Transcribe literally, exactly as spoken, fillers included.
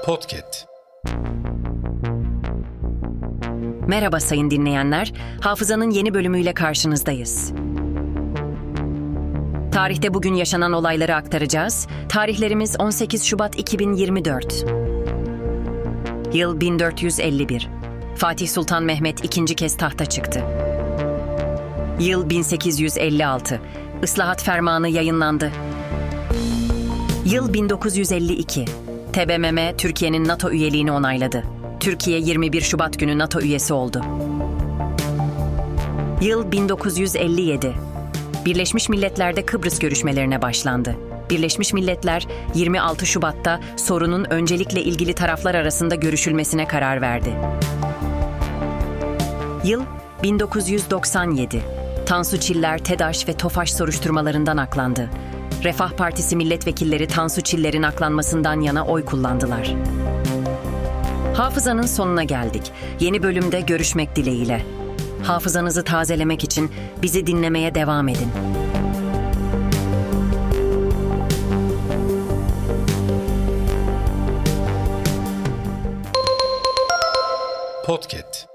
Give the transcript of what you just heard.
Podcast. Merhaba sayın dinleyenler, Hafızanın yeni bölümüyle karşınızdayız. Tarihte bugün yaşanan olayları aktaracağız. Tarihlerimiz on sekiz Şubat iki bin yirmi dört. Yıl bin dört yüz elli bir. Fatih Sultan Mehmet ikinci kez tahta çıktı. Yıl bin sekiz yüz elli altı. Islahat Fermanı yayınlandı. Yıl bin dokuz yüz elli iki. T B M M Türkiye'nin NATO üyeliğini onayladı. Türkiye yirmi bir Şubat günü NATO üyesi oldu. Yıl bin dokuz yüz elli yedi. Birleşmiş Milletler'de Kıbrıs görüşmelerine başlandı. Birleşmiş Milletler yirmi altı Şubat'ta sorunun öncelikle ilgili taraflar arasında görüşülmesine karar verdi. Yıl bin dokuz yüz doksan yedi. Tansu Çiller, TEDAŞ ve TOFAŞ soruşturmalarından aklandı. Refah Partisi milletvekilleri Tansu Çiller'in aklanmasından yana oy kullandılar. Hafızanın sonuna geldik. Yeni bölümde görüşmek dileğiyle. Hafızanızı tazelemek için bizi dinlemeye devam edin. Podcast.